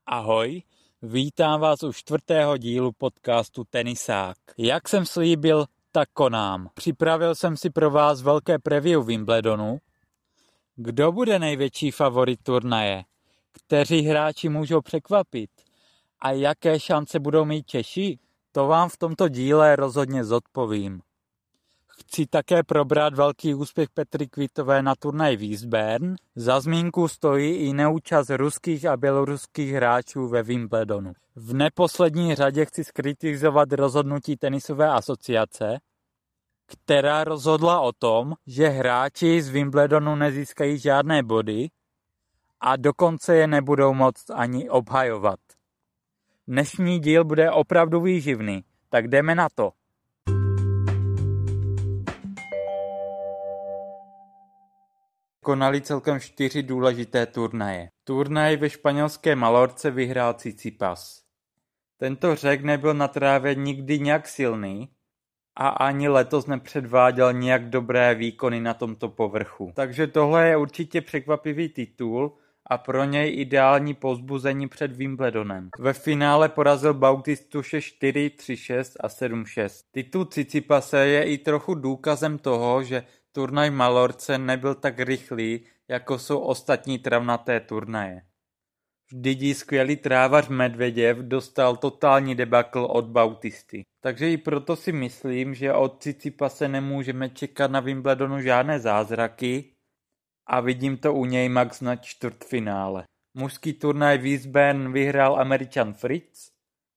Ahoj, vítám vás u 4. dílu podcastu Tenisák. Jak jsem slíbil, tak konám. Připravil jsem si pro vás velké preview Wimbledonu. Kdo bude největší favorit turnaje? Kteří hráči můžou překvapit? A jaké šance budou mít Češi? To vám v tomto díle rozhodně zodpovím. Chci také probrat velký úspěch Petry Kvitové na turnaji Wiesbaden. Za zmínku stojí i neúčast ruských a běloruských hráčů ve Wimbledonu. V neposlední řadě chci zkritizovat rozhodnutí tenisové asociace, která rozhodla o tom, že hráči z Wimbledonu nezískají žádné body a dokonce je nebudou moct ani obhajovat. Dnešní díl bude opravdu výživný, tak jdeme na to. Konali celkem 4 důležité turnaje. Turnaj ve španělské Malorce vyhrál Tsitsipas. Tento Řek nebyl na trávě nikdy nějak silný a ani letos nepředváděl nějak dobré výkony na tomto povrchu. Takže tohle je určitě překvapivý titul a pro něj ideální povzbuzení před Wimbledonem. Ve finále porazil Bautistu 6-4, 3-6 a 7-6. Titul Tsitsipase je i trochu důkazem toho, že turnaj Malorce nebyl tak rychlý, jako jsou ostatní travnaté turnaje. Vždyť skvělý trávař Medveděv dostal totální debakl od Bautisty. Takže i proto si myslím, že od Tsitsipase nemůžeme čekat na Wimbledonu žádné zázraky a vidím to u něj max na čtvrtfinále. Mužský turnaj Wiesbaden vyhrál Američan Fritz.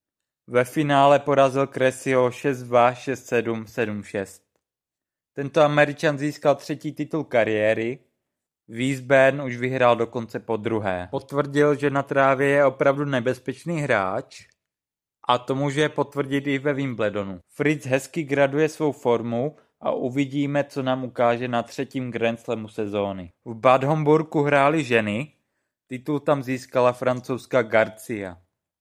Ve finále porazil Cressio 6-2, 6-7, 7-6. Tento Američan získal 3. titul kariéry. Wiesbaden už vyhrál dokonce po druhé. Potvrdil, že na trávě je opravdu nebezpečný hráč a to může potvrdit i ve Wimbledonu. Fritz hezky graduje svou formu a uvidíme, co nám ukáže na 3. Grand Slamu sezóny. V Bad Homburgu hrály ženy, titul tam získala francouzská Garcia.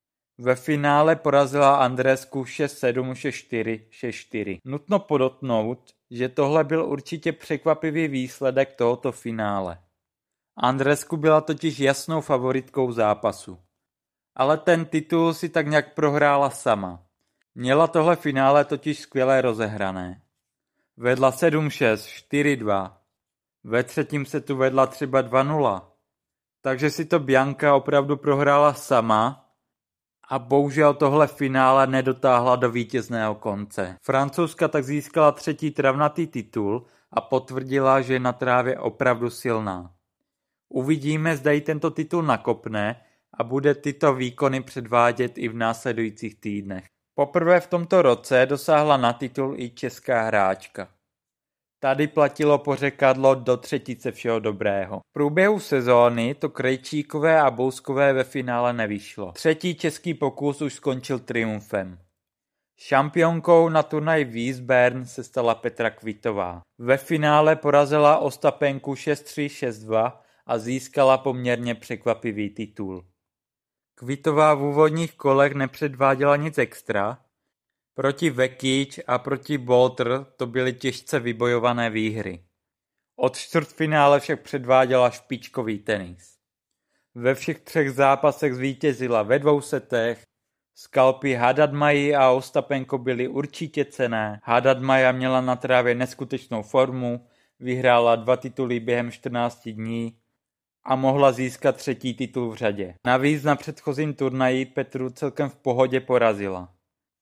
Ve finále porazila Andresku 6-7, 6-4, 6-4. Nutno podotknout, že tohle byl určitě překvapivý výsledek tohoto finále. Andresku byla totiž jasnou favoritkou zápasu. Ale ten titul si tak nějak prohrála sama. Měla tohle finále totiž skvěle rozehrané. Vedla 7-6, 4-2. Ve 3. setu vedla třeba 2-0. Takže si to Bianca opravdu prohrála sama a bohužel tohle finále nedotáhla do vítězného konce. Francouzska tak získala 3. travnatý titul a potvrdila, že je na trávě opravdu silná. Uvidíme, zda jí tento titul nakopne a bude tyto výkony předvádět i v následujících týdnech. Poprvé v tomto roce dosáhla na titul i česká hráčka. Tady platilo pořekadlo do třetice všeho dobrého. V průběhu sezóny to Krejčíkové a Bouskové ve finále nevyšlo. 3. český pokus už skončil triumfem. Šampionkou na turnaji Wiesbaden se stala Petra Kvitová. Ve finále porazila Ostapenku 6-3, 6-2 a získala poměrně překvapivý titul. Kvitová v úvodních kolech nepředváděla nic extra. Proti Vekic a proti Bolter to byly těžce vybojované výhry. Od čtvrtfinále však předváděla špičkový tenis. Ve všech 3 zápasech zvítězila ve 2 setech. Skalpy Hadadmaji a Ostapenko byly určitě cenné. Hadadmaja měla na trávě neskutečnou formu, vyhrála 2 tituly během 14 dní a mohla získat 3. titul v řadě. Navíc na předchozím turnaji Petru celkem v pohodě porazila.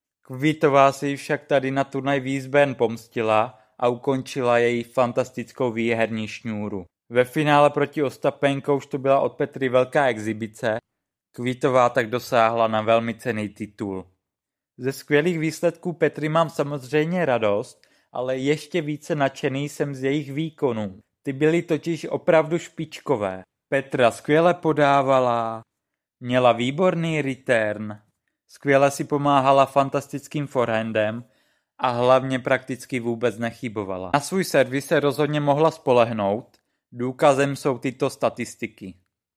Kvitová si však tady na turnaj Wiesbaden pomstila a ukončila její fantastickou výherní šňůru. Ve finále proti Ostapenko už to byla od Petry velká exibice, Kvitová tak dosáhla na velmi cenný titul. Ze skvělých výsledků Petry mám samozřejmě radost, ale ještě více nadšený jsem z jejich výkonů. Ty byly totiž opravdu špičkové. Petra skvěle podávala, měla výborný return, skvěle si pomáhala fantastickým forehandem a hlavně prakticky vůbec nechybovala. Na svůj servis se rozhodně mohla spolehnout, důkazem jsou tyto statistiky.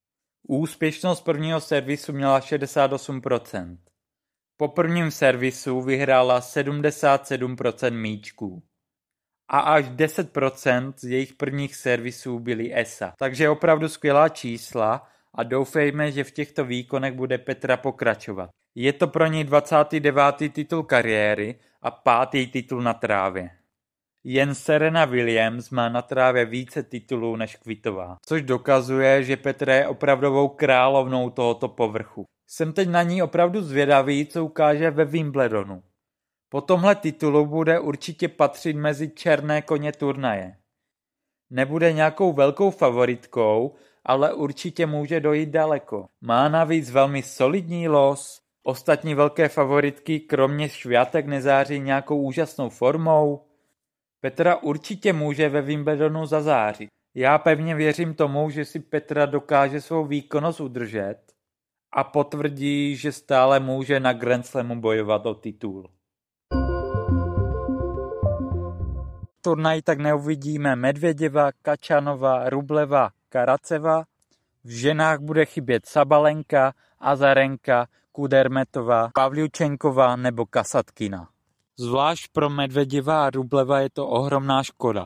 Úspěšnost prvního servisu měla 68%. Po prvním servisu vyhrála 77% míčků. A až 10% z jejich prvních servisů byly ESA. Takže opravdu skvělá čísla a doufejme, že v těchto výkonech bude Petra pokračovat. Je to pro něj 29. titul kariéry a 5. titul na trávě. Jen Serena Williams má na trávě více titulů než Kvitová, což dokazuje, že Petra je opravdovou královnou tohoto povrchu. Jsem teď na ní opravdu zvědavý, co ukáže ve Wimbledonu. Po tomhle titulu bude určitě patřit mezi černé koně turnaje. Nebude nějakou velkou favoritkou, ale určitě může dojít daleko. Má navíc velmi solidní los, ostatní velké favoritky kromě Swiatek nezáří nějakou úžasnou formou. Petra určitě může ve Wimbledonu zazářit. Já pevně věřím tomu, že si Petra dokáže svou výkonnost udržet a potvrdí, že stále může na Grand Slamu bojovat o titul. Turnaj tak neuvidíme Medvěděva, Kačanova, Rubleva, Karaceva. V ženách bude chybět Sabalenka, Azarenka, Kudermetová, Pavliučenková nebo Kasatkina. Zvlášť pro Medvěděva a Rubleva je to ohromná škoda.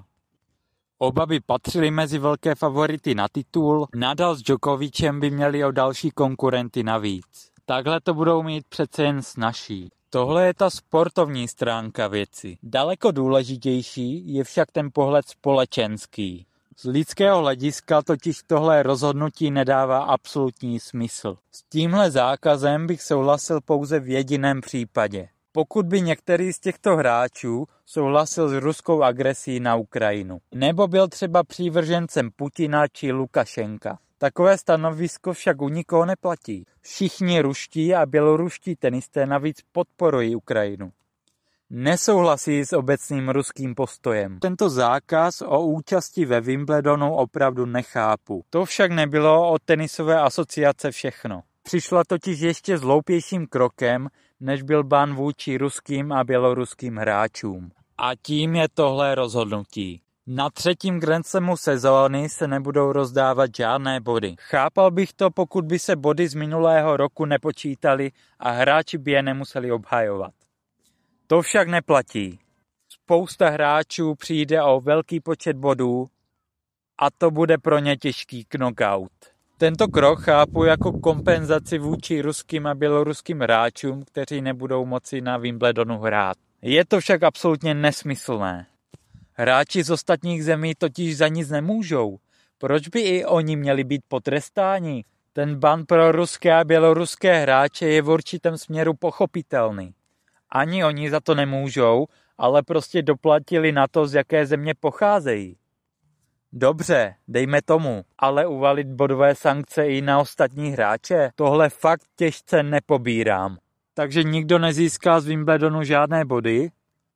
Oba by patřili mezi velké favority na titul, Nadal s Djokovicem by měli o další konkurenty navíc. Takhle to budou mít přece jen snazší. Tohle je ta sportovní stránka věci. Daleko důležitější je však ten pohled společenský. Z lidského hlediska totiž tohle rozhodnutí nedává absolutní smysl. S tímhle zákazem bych souhlasil pouze v jediném případě. Pokud by některý z těchto hráčů souhlasil s ruskou agresí na Ukrajinu. Nebo byl třeba přívržencem Putina či Lukašenka. Takové stanovisko však u nikoho neplatí. Všichni ruští a běloruští tenisté navíc podporují Ukrajinu. Nesouhlasí s obecným ruským postojem. Tento zákaz o účasti ve Wimbledonu opravdu nechápu. To však nebylo od tenisové asociace všechno. Přišla totiž ještě zloupějším krokem, než byl ban vůči ruským a běloruským hráčům. A tím je tohle rozhodnutí. Na 3. Grand Slamu sezóny se nebudou rozdávat žádné body. Chápal bych to, pokud by se body z minulého roku nepočítali a hráči by je nemuseli obhajovat. To však neplatí. Spousta hráčů přijde o velký počet bodů a to bude pro ně těžký knockout. Tento krok chápu jako kompenzaci vůči ruským a běloruským hráčům, kteří nebudou moci na Wimbledonu hrát. Je to však absolutně nesmyslné. Hráči z ostatních zemí totiž za nic nemůžou. Proč by i oni měli být potrestáni? Ten ban pro ruské a běloruské hráče je v určitém směru pochopitelný. Ani oni za to nemůžou, ale prostě doplatili na to, z jaké země pocházejí. Dobře, dejme tomu, ale uvalit bodové sankce i na ostatní hráče, tohle fakt těžce nepobírám. Takže nikdo nezíská z Wimbledonu žádné body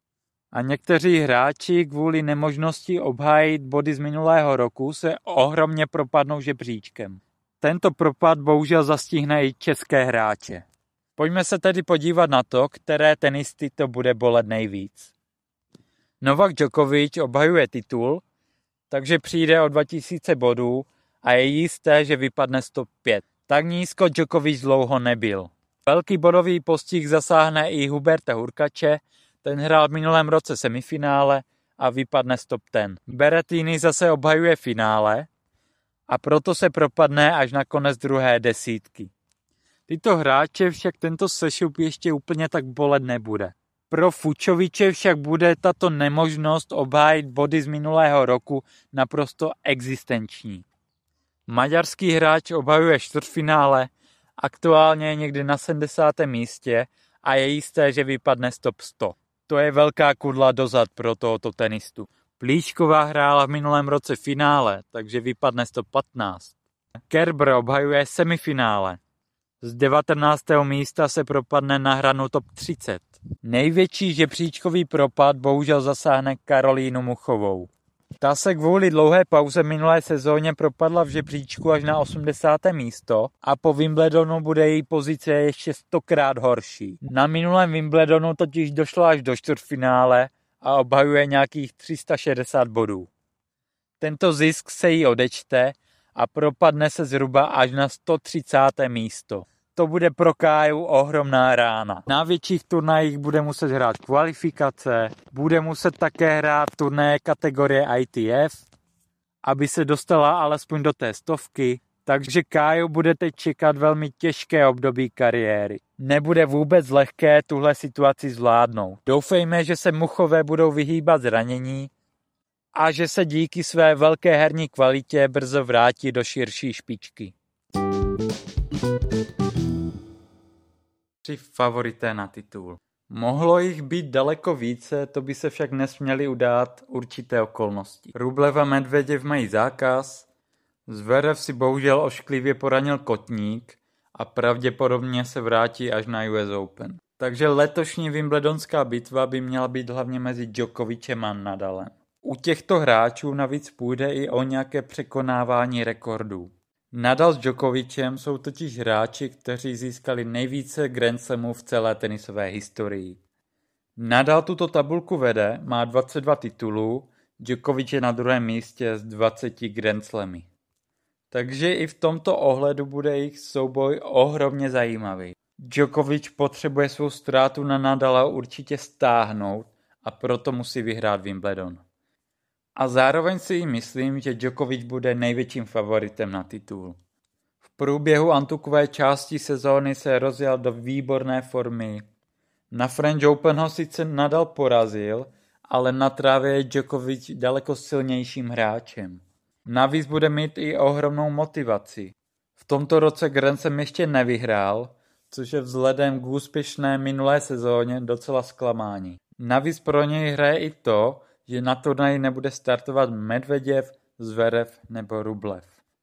a někteří hráči kvůli nemožnosti obhájit body z minulého roku se ohromně propadnou žebříčkem. Tento propad bohužel zastihne i české hráče. Pojďme se tedy podívat na to, které tenisty to bude bolet nejvíc. Novak Djokovic obhajuje titul, takže přijde o 2000 bodů a je jisté, že vypadne z top 5. Tak nízko Djokovic dlouho nebyl. Velký bodový postih zasáhne i Huberta Hurkače, ten hrál v minulém roce semifinále a vypadne z top 10. Berrettini zase obhajuje finále a proto se propadne až na konec druhé desítky. Tyto hráče však tento sešup ještě úplně tak bolet nebude. Pro Fučoviče však bude tato nemožnost obhájit body z minulého roku naprosto existenční. Maďarský hráč obhajuje čtvrtfinále, aktuálně je někde na 70. místě a je jisté, že vypadne z top 100. To je velká kudla dozad pro tohoto tenistu. Plíšková hrála v minulém roce finále, takže vypadne z top 15. Kerber obhajuje semifinále. Z 19. místa se propadne na hranu top 30. Největší žebříčkový propad bohužel zasáhne Karolínu Muchovou. Ta se kvůli dlouhé pauze minulé sezóně propadla v žebříčku až na 80. místo a po Wimbledonu bude její pozice ještě 100krát horší. Na minulém Wimbledonu totiž došlo až do čtvrtfinále a obhajuje nějakých 360 bodů. Tento zisk se jí odečte a propadne se zhruba až na 130. místo. To bude pro Káju ohromná rána. Na větších turnajích bude muset hrát kvalifikace, bude muset také hrát turnaje kategorie ITF, aby se dostala alespoň do té 100, Takže Káju bude teď čekat velmi těžké období kariéry. Nebude vůbec lehké tuhle situaci zvládnout. Doufejme, že se Muchové budou vyhýbat zranění a že se díky své velké herní kvalitě brzo vrátí do širší špičky. 3 favorité na titul. Mohlo jich být daleko více, to by se však nesměly udát určité okolnosti. Rublev a Medveděv mají zákaz, Zverev si bohužel ošklivě poranil kotník a pravděpodobně se vrátí až na US Open. Takže letošní wimbledonská bitva by měla být hlavně mezi Djokovicem a Nadalem. U těchto hráčů navíc půjde i o nějaké překonávání rekordů. Nadal s Djokovicem jsou totiž hráči, kteří získali nejvíce Grand Slamů v celé tenisové historii. Nadal tuto tabulku vede, má 22 titulů, Djokovic je na druhém místě s 20 Grand Slamy. Takže i v tomto ohledu bude jejich souboj ohromně zajímavý. Djokovic potřebuje svou ztrátu na Nadala určitě stáhnout a proto musí vyhrát Wimbledon. A zároveň si myslím, že Djokovic bude největším favoritem na titul. V průběhu antukové části sezóny se rozjel do výborné formy. Na French Open ho sice Nadal porazil, ale na trávě je Djokovic daleko silnějším hráčem. Navíc bude mít i ohromnou motivaci. V tomto roce Grand Slam ještě nevyhrál, což je vzhledem k úspěšné minulé sezóně docela zklamání. Navíc pro něj hraje i to, že na turnaji nebude startovat Medveděv, Zverev nebo Rublev.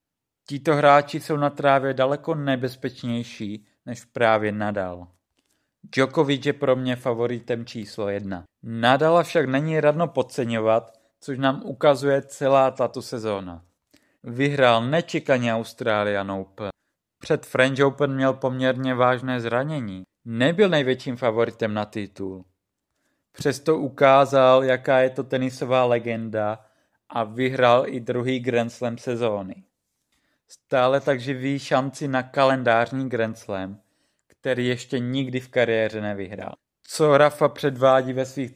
Tito hráči jsou na trávě daleko nebezpečnější než právě Nadal. Djokovic je pro mě favoritem číslo 1. Nadala však není radno podceňovat, což nám ukazuje celá tato sezóna. Vyhrál nečekaně Australian Open. Před French Open měl poměrně vážné zranění. Nebyl největším favoritem na titul. Přesto ukázal, jaká je to tenisová legenda a vyhrál i druhý Grand Slam sezóny. Stále tak živí šanci na kalendářní Grand Slam, který ještě nikdy v kariéře nevyhrál. Co Rafa předvádí ve svých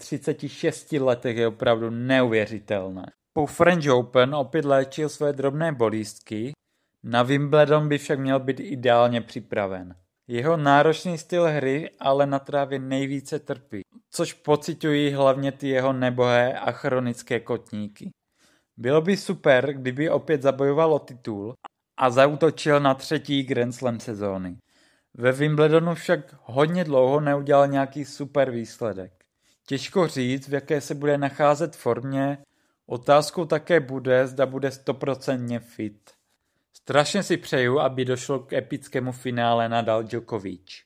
36 letech je opravdu neuvěřitelné. Po French Open opět léčil své drobné bolístky, na Wimbledon by však měl být ideálně připraven. Jeho náročný styl hry ale na trávě nejvíce trpí, což pociťují hlavně ty jeho nebohé a chronické kotníky. Bylo by super, kdyby opět zabojoval o titul a zaútočil na 3. Grand Slam sezóny. Ve Wimbledonu však hodně dlouho neudělal nějaký super výsledek. Těžko říct, v jaké se bude nacházet formě, otázkou také bude, zda bude 100% fit. Strašně si přeju, aby došlo k epickému finále Nadal Djokovic.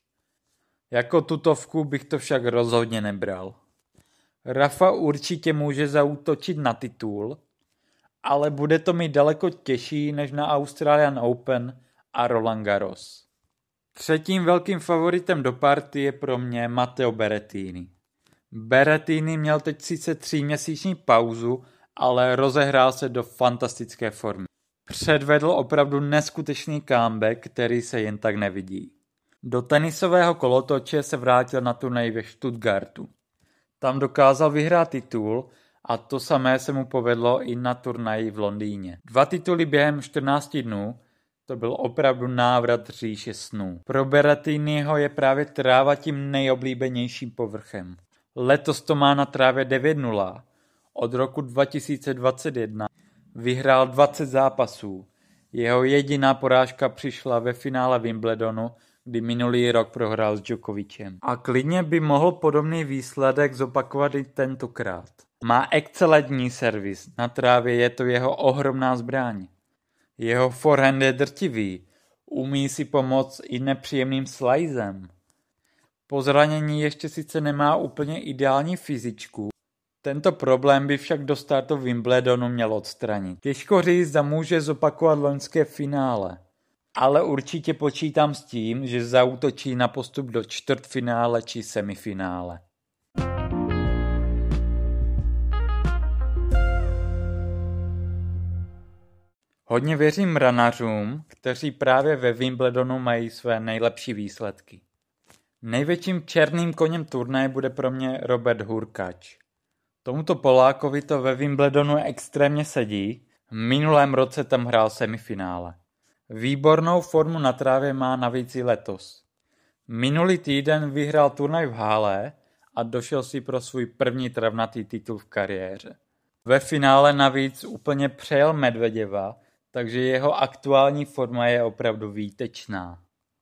Jako tutovku bych to však rozhodně nebral. Rafa určitě může zaútočit na titul, ale bude to mít daleko těžší než na Australian Open a Roland Garros. Třetím velkým favoritem do party je pro mě Matteo Berrettini. Berrettini měl teď sice 3měsíční pauzu, ale rozehrál se do fantastické formy. Předvedl opravdu neskutečný comeback, který se jen tak nevidí. Do tenisového kolotoče se vrátil na turnaj ve Stuttgartu. Tam dokázal vyhrát titul a to samé se mu povedlo i na turnaji v Londýně. 2 tituly během 14 dnů, to byl opravdu návrat říše snů. Pro Berrettiniho je právě tráva tím nejoblíbenějším povrchem. Letos to má na trávě 9-0. Od roku 2021 vyhrál 20 zápasů. Jeho jediná porážka přišla ve finále Wimbledonu, kdy minulý rok prohrál s Djokovicem. A klidně by mohl podobný výsledek zopakovat i tentokrát. Má excelentní servis, na trávě je to jeho ohromná zbraň. Jeho forehand je drtivý, umí si pomoct i nepříjemným slajzem. Po zranění ještě sice nemá úplně ideální fyzičku, tento problém by však do startu Wimbledonu měl odstranit. Těžko říct, zda může zopakovat loňské finále, ale určitě počítám s tím, že zaútočí na postup do čtvrtfinále či semifinále. Hodně věřím ranařům, kteří právě ve Wimbledonu mají své nejlepší výsledky. Největším černým koněm turnaje bude pro mě Robert Hurkacz. Tomuto Polákovi to ve Wimbledonu extrémně sedí, v minulém roce tam hrál semifinále. Výbornou formu na trávě má navíc i letos. Minulý týden vyhrál turnaj v Halle a došel si pro svůj první travnatý titul v kariéře. Ve finále navíc úplně přejel Medveděva, takže jeho aktuální forma je opravdu výtečná.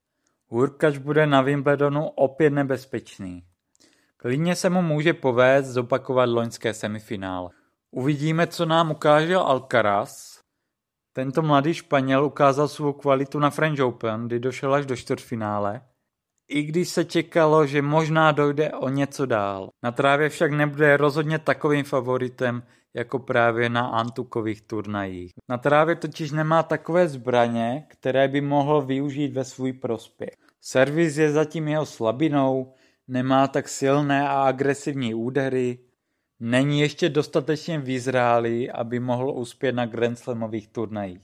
Hurkacz bude na Wimbledonu opět nebezpečný. Klidně se mu může povést zopakovat loňské semifinále. Uvidíme, co nám ukáže Alcaraz. Tento mladý Španěl ukázal svou kvalitu na French Open, kdy došel až do čtvrtfinále, i když se čekalo, že možná dojde o něco dál. Na trávě však nebude rozhodně takovým favoritem, jako právě na antukových turnajích. Na trávě totiž nemá takové zbraně, které by mohl využít ve svůj prospěch. Servis je zatím jeho slabinou, nemá tak silné a agresivní údery, není ještě dostatečně vyzrálý, aby mohl uspět na Grand Slamových turnajích.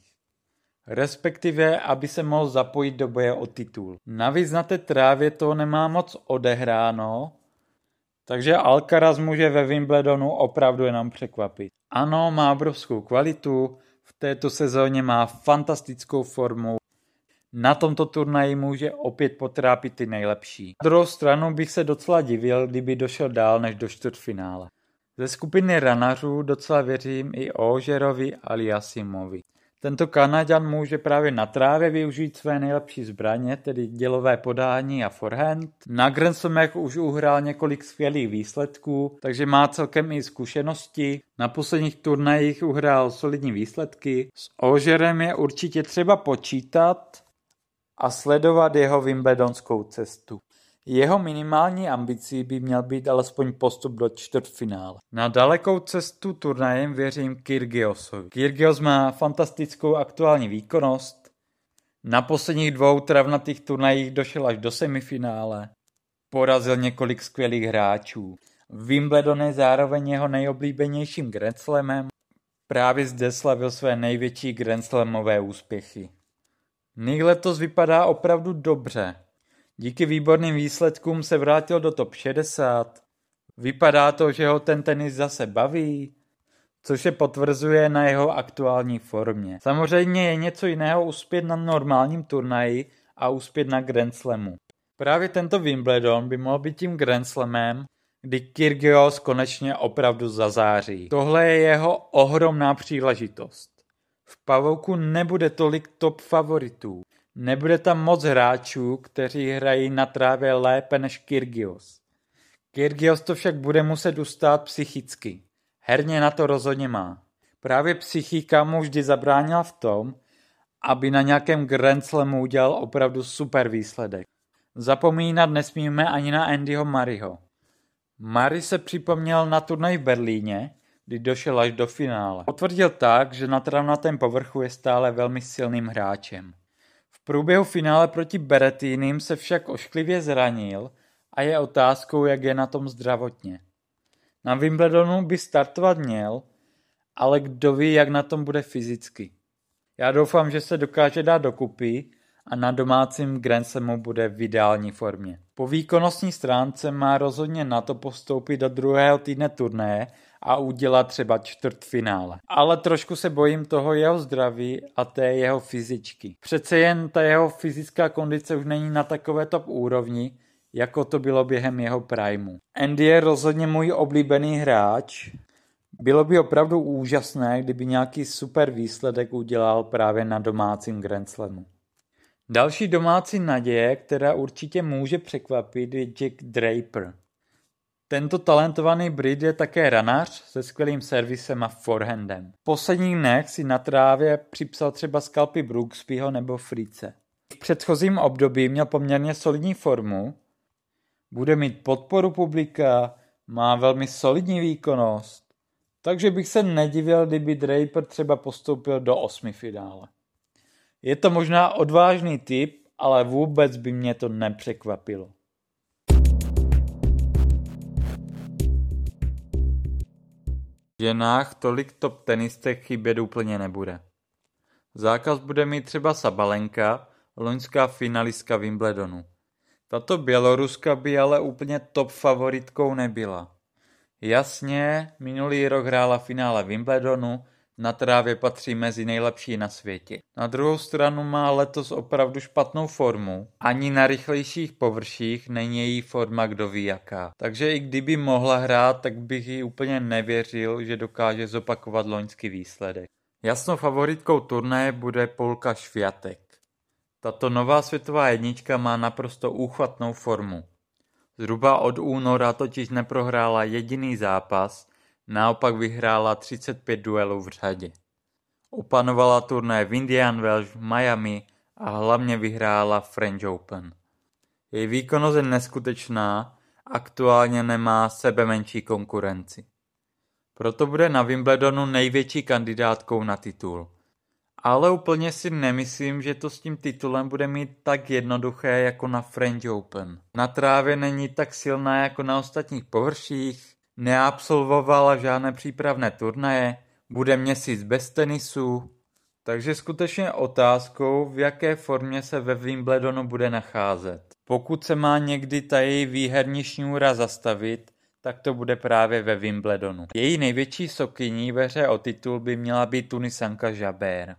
Respektive, aby se mohl zapojit do boje o titul. Navíc na té trávě toho nemá moc odehráno, takže Alcaraz může ve Wimbledonu opravdu jenom překvapit. Ano, má obrovskou kvalitu, v této sezóně má fantastickou formu, na tomto turnaji může opět potrápit ty nejlepší. Na druhou stranu bych se docela divil, kdyby došel dál než do čtvrtfinále. Ze skupiny ranařů docela věřím i Augerovi Aliassimovi. Tento Kanaďan může právě na trávě využít své nejlepší zbraně, tedy dělové podání a forehand. Na Grand Slamech už uhrál několik skvělých výsledků, takže má celkem i zkušenosti. Na posledních turnajích uhrál solidní výsledky. S Augerem je určitě třeba počítat a sledovat jeho wimbledonskou cestu. Jeho minimální ambicí by měl být alespoň postup do čtvrtfinále. Na dalekou cestu turnajem věřím Kyrgiosovi. Kyrgios má fantastickou aktuální výkonnost. Na posledních 2 travnatých turnajích došel až do semifinále. Porazil několik skvělých hráčů. Wimbledon je zároveň jeho nejoblíbenějším Grand Slamem. Právě zde slavil své největší Grand Slamové úspěchy. Nick letos vypadá opravdu dobře. Díky výborným výsledkům se vrátil do top 60. Vypadá to, že ho ten tenis zase baví, což se potvrzuje na jeho aktuální formě. Samozřejmě je něco jiného uspět na normálním turnaji a uspět na Grand Slamu. Právě tento Wimbledon by mohl být tím Grand Slamem, kdy Kyrgios konečně opravdu zazáří. Tohle je jeho ohromná příležitost. V pavouku nebude tolik top favoritů. Nebude tam moc hráčů, kteří hrají na trávě lépe než Kyrgios. Kyrgios to však bude muset ustát psychicky. Herně na to rozhodně má. Právě psychika mu vždy zabránila v tom, aby na nějakém Grand Slamu udělal opravdu super výsledek. Zapomínat nesmíme ani na Andyho Murrayho. Murray se připomněl na turnaj v Berlíně, kdy došel až do finále. Potvrdil tak, že na travnatém povrchu je stále velmi silným hráčem. V průběhu finále proti Berrettinim se však ošklivě zranil a je otázkou, jak je na tom zdravotně. Na Wimbledonu by startovat měl, ale kdo ví, jak na tom bude fyzicky. Já doufám, že se dokáže dát dokupy a na domácím Grand Slamu bude v ideální formě. Po výkonnostní stránce má rozhodně na to postoupit do druhého týdne turnaje a udělat třeba čtvrtfinále. Ale trošku se bojím toho jeho zdraví a té jeho fyzičky. Přece jen ta jeho fyzická kondice už není na takové top úrovni, jako to bylo během jeho primu. Andy je rozhodně můj oblíbený hráč. Bylo by opravdu úžasné, kdyby nějaký super výsledek udělal právě na domácím Grand Slamu. Další domácí naděje, která určitě může překvapit, je Jack Draper. Tento talentovaný Brit je také ranař se skvělým servisem a forehandem. V posledních dnech si na trávě připsal třeba skalpy Brooksbyho nebo Frize. V předchozím období měl poměrně solidní formu, bude mít podporu publika, má velmi solidní výkonnost, takže bych se nedivil, kdyby Draper třeba postoupil do 8. finále. Je to možná odvážný tip, ale vůbec by mě to nepřekvapilo. V ženách tolik top tenistek chybět úplně nebude. Zákaz bude mít třeba Sabalenka, loňská finalistka Wimbledonu. Tato Běloruska by ale úplně top favoritkou nebyla. Jasně, minulý rok hrála finále Wimbledonu, Na trávě patří mezi nejlepší na světě. Na druhou stranu má letos opravdu špatnou formu. Ani na rychlejších površích není její forma kdo ví jaká. Takže i kdyby mohla hrát, tak bych jí úplně nevěřil, že dokáže zopakovat loňský výsledek. Jasnou favoritkou turnaje bude Polka Swiatek. Tato nová světová jednička má naprosto úchvatnou formu. Zhruba od února totiž neprohrála jediný zápas, naopak vyhrála 35 duelů v řadě. Opanovala turnaje v Indian Wells, v Miami a hlavně vyhrála French Open. Její výkonnost je neskutečná, aktuálně nemá sebemenší konkurenci. Proto bude na Wimbledonu největší kandidátkou na titul. Ale úplně si nemyslím, že to s tím titulem bude mít tak jednoduché jako na French Open. Na trávě není tak silná jako na ostatních površích, neabsolvovala žádné přípravné turnaje, bude měsíc bez tenisu, takže skutečně otázkou, v jaké formě se ve Wimbledonu bude nacházet. Pokud se má někdy ta její výherní šňůra zastavit, tak to bude právě ve Wimbledonu. Její největší sokyní ve hře o titul by měla být Tunisanka Jabeur.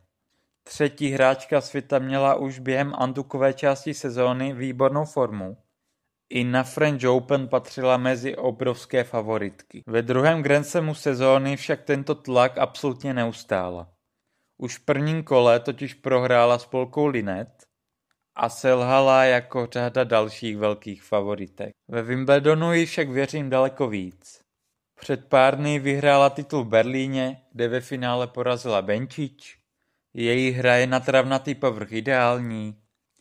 Třetí hráčka světa měla už během antukové části sezóny výbornou formu. I na French Open patřila mezi obrovské favoritky. Ve druhém Grand Slamu sezóny však tento tlak absolutně neustála. Už v prvním kole totiž prohrála s Polkou Linnet a selhala jako řada dalších velkých favoritek. Ve Wimbledonu ji však věřím daleko víc. Před pár dny vyhrála titul v Berlíně, kde ve finále porazila Benčić. Její hra je na travnatý povrch ideální.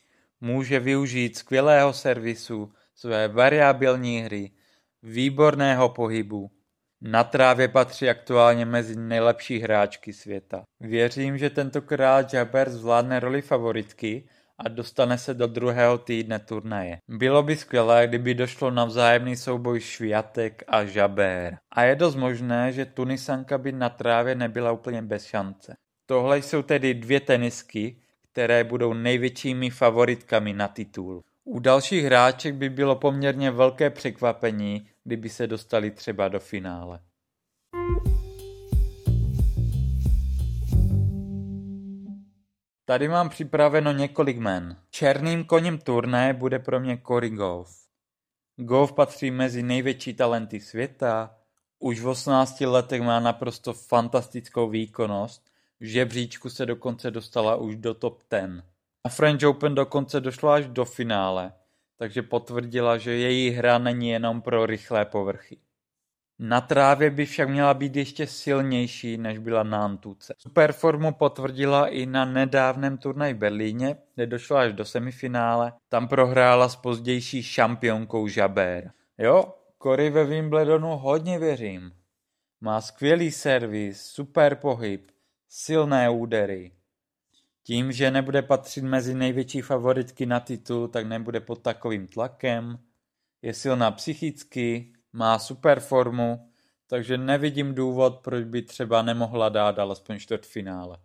Může využít skvělého servisu, své variabilní hry, výborného pohybu. Na trávě patří aktuálně mezi nejlepší hráčky světa. Věřím, že tentokrát Jabeur zvládne roli favoritky a dostane se do druhého týdne turnaje. Bylo by skvělé, kdyby došlo na vzájemný souboj Swiatek a Jabeur. A je dost možné, že Tunisanka by na trávě nebyla úplně bez šance. Tohle jsou tedy dvě tenisky, které budou největšími favoritkami na titul. U dalších hráček by bylo poměrně velké překvapení, kdyby se dostali třeba do finále. Tady mám připraveno několik jmen. Černým koněm turnaje bude pro mě Corey Gauff. Gauff patří mezi největší talenty světa, už v 18 letech má naprosto fantastickou výkonnost, v žebříčku se dokonce dostala už do top 10. Na French Open dokonce došla až do finále, takže potvrdila, že její hra není jenom pro rychlé povrchy. Na trávě by však měla být ještě silnější, než byla na antuce. Superformu potvrdila i na nedávném turnaji v Berlíně, kde došla až do semifinále. Tam prohrála s pozdější šampionkou Jabeur. Jo, Corey ve Wimbledonu hodně věřím. Má skvělý servis, super pohyb, silné údery. Tím, že nebude patřit mezi největší favoritky na titul, tak nebude pod takovým tlakem. Je silná psychicky, má super formu, takže nevidím důvod, proč by třeba nemohla dát alespoň čtvrtfinále.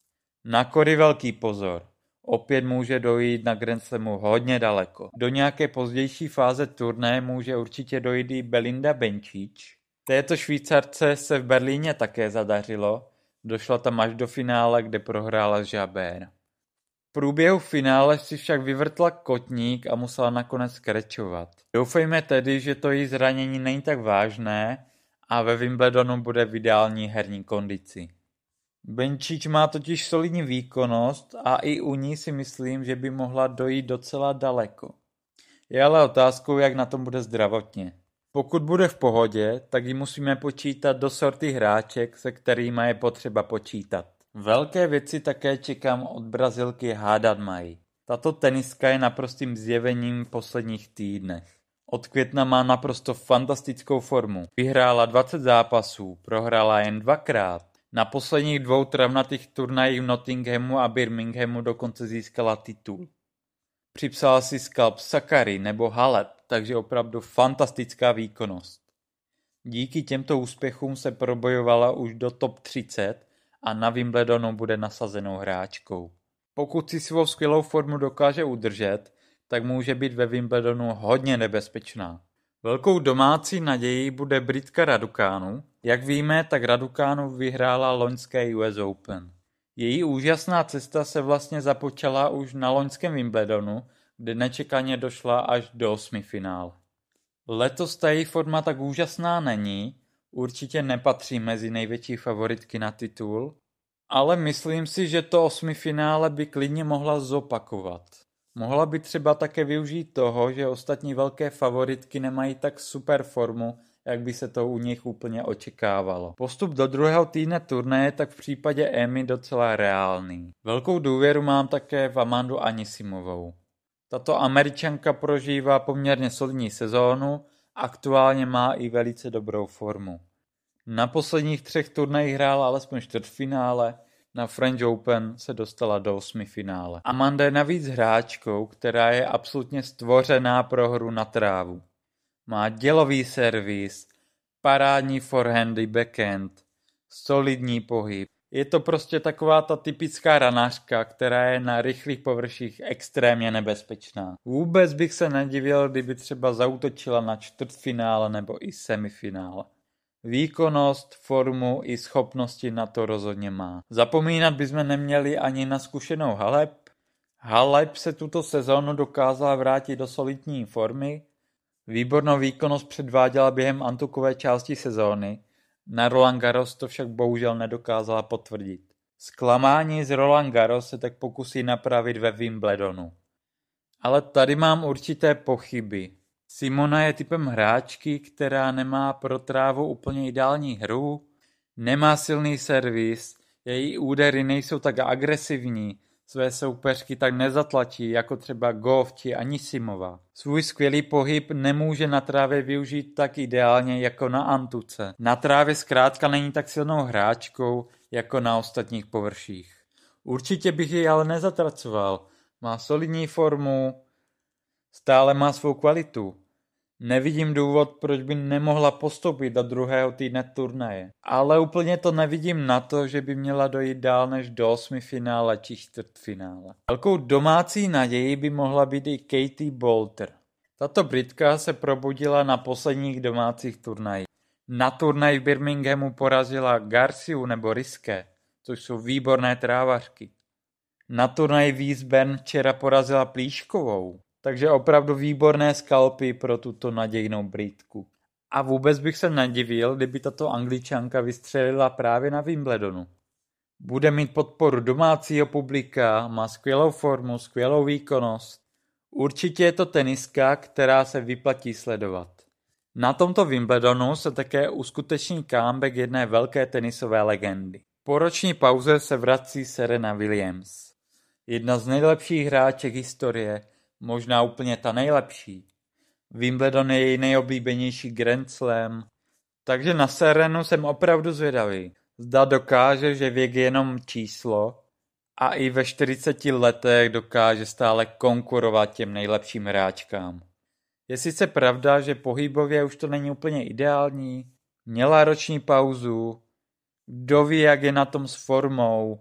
Na Corey velký pozor. Opět může dojít na Grand Slamu hodně daleko. Do nějaké pozdější fáze turnaje může určitě dojít i Belinda Bencic. Této Švýcarce se v Berlíně také zadařilo. Došla tam až do finále, kde prohrála s Jabeur. V průběhu finále si však vyvrtla kotník a musela nakonec skrečovat. Doufejme tedy, že to její zranění není tak vážné a ve Wimbledonu bude v ideální herní kondici. Bencic má totiž solidní výkonnost a i u ní si myslím, že by mohla dojít docela daleko. Je ale otázkou, jak na tom bude zdravotně. Pokud bude v pohodě, tak ji musíme počítat do sorty hráček, se kterými je potřeba počítat. Velké věci také čekám od Brazilky Haddad Maia. Tato teniska je naprostým zjevením v posledních týdnech. Od května má naprosto fantastickou formu. Vyhrála 20 zápasů, prohrála jen 2krát. Na posledních 2 travnatých turnajích v Nottinghamu a Birminghamu dokonce získala titul. Připsala si skalp Sakkari nebo Halep, takže opravdu fantastická výkonnost. Díky těmto úspěchům se probojovala už do top 30 a na Wimbledonu bude nasazenou hráčkou. Pokud si svou skvělou formu dokáže udržet, tak může být ve Wimbledonu hodně nebezpečná. Velkou domácí nadějí bude Britka Raducanu. Jak víme, tak Raducanu vyhrála loňské US Open. Její úžasná cesta se vlastně započala už na loňském Wimbledonu, kde nečekaně došla až do osmifinále. Letos ta její forma tak úžasná není, určitě nepatří mezi největší favoritky na titul, ale myslím si, že to osmifinále by klidně mohla zopakovat. Mohla by třeba také využít toho, že ostatní velké favoritky nemají tak super formu, jak by se to u nich úplně očekávalo. Postup do druhého týdne turnaje je tak v případě Amy docela reálný. Velkou důvěru mám také v Amandu Anisimovou. Tato Američanka prožívá poměrně solidní sezónu, aktuálně má i velice dobrou formu. Na posledních 3 turnajích hrála alespoň čtvrtfinále, na French Open se dostala do osmifinále. Amanda je navíc hráčkou, která je absolutně stvořená pro hru na trávu. Má dělový servis, parádní forehandy, backhand, solidní pohyb. Je to prostě taková ta typická ranářka, která je na rychlých površích extrémně nebezpečná. Vůbec bych se nedivil, kdyby třeba zaútočila na čtvrtfinále nebo i semifinále. Výkonnost, formu i schopnosti na to rozhodně má. Zapomínat bychom neměli ani na zkušenou Halep. Halep se tuto sezónu dokázala vrátit do solidní formy. Výbornou výkonnost předváděla během antukové části sezóny. Na Roland Garros to však bohužel nedokázala potvrdit. Zklamání z Roland Garros se tak pokusí napravit ve Wimbledonu. Ale tady mám určité pochyby. Simona je typem hráčky, která nemá pro trávu úplně ideální hru, nemá silný servis, její údery nejsou tak agresivní, své soupeřky tak nezatlačí, jako třeba Gauff či Anisimova. Svůj skvělý pohyb nemůže na trávě využít tak ideálně jako na antuce. Na trávě zkrátka není tak silnou hráčkou, jako na ostatních površích. Určitě bych ji ale nezatracoval. Má solidní formu, stále má svou kvalitu. Nevidím důvod, proč by nemohla postoupit do druhého týdne turnaje. Ale úplně to nevidím na to, že by měla dojít dál než do osmifinále či čtvrtfinále. Velkou domácí nadějí by mohla být i Katie Boulter. Tato Britka se probudila na posledních domácích turnajích. Na turnaji v Birminghamu porazila Garciu nebo Riske, což jsou výborné trávařky. Na turnaji v Eastbourne včera porazila Plíškovou. Takže opravdu výborné skalpy pro tuto nadějnou Britku. A vůbec bych se nedivil, kdyby tato Angličanka vystřelila právě na Wimbledonu. Bude mít podporu domácího publika, má skvělou formu, skvělou výkonnost. Určitě je to teniska, která se vyplatí sledovat. Na tomto Wimbledonu se také uskuteční comeback jedné velké tenisové legendy. Po roční pauze se vrací Serena Williams. Jedna z nejlepších hráček historie, možná úplně ta nejlepší. Wimbledon je její nejoblíbenější Grand Slam. Takže na Serenu jsem opravdu zvědavý. Zda dokáže, že věk je jenom číslo a i ve 40 letech dokáže stále konkurovat těm nejlepším hráčkám. Je sice pravda, že pohybově už to není úplně ideální. Měla roční pauzu. Kdo ví, jak je na tom s formou.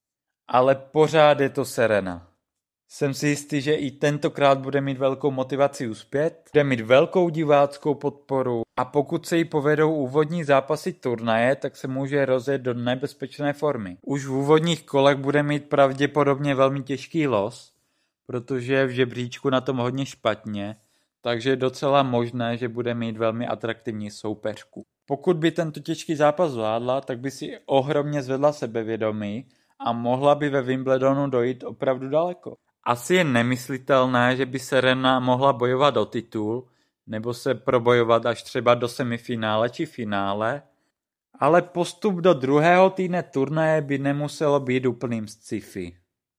Ale pořád je to Serena. Jsem si jistý, že i tentokrát bude mít velkou motivaci uspět, bude mít velkou diváckou podporu a pokud se jí povedou úvodní zápasy turnaje, tak se může rozjet do nebezpečné formy. Už v úvodních kolech bude mít pravděpodobně velmi těžký los, protože je v žebříčku na tom hodně špatně, takže je docela možné, že bude mít velmi atraktivní soupeřku. Pokud by tento těžký zápas zvládla, tak by si ohromně zvedla sebevědomí a mohla by ve Wimbledonu dojít opravdu daleko. Asi je nemyslitelné, že by Serena mohla bojovat o titul, nebo se probojovat až třeba do semifinále či finále, ale postup do druhého týdne turnaje by nemuselo být úplným sci-fi.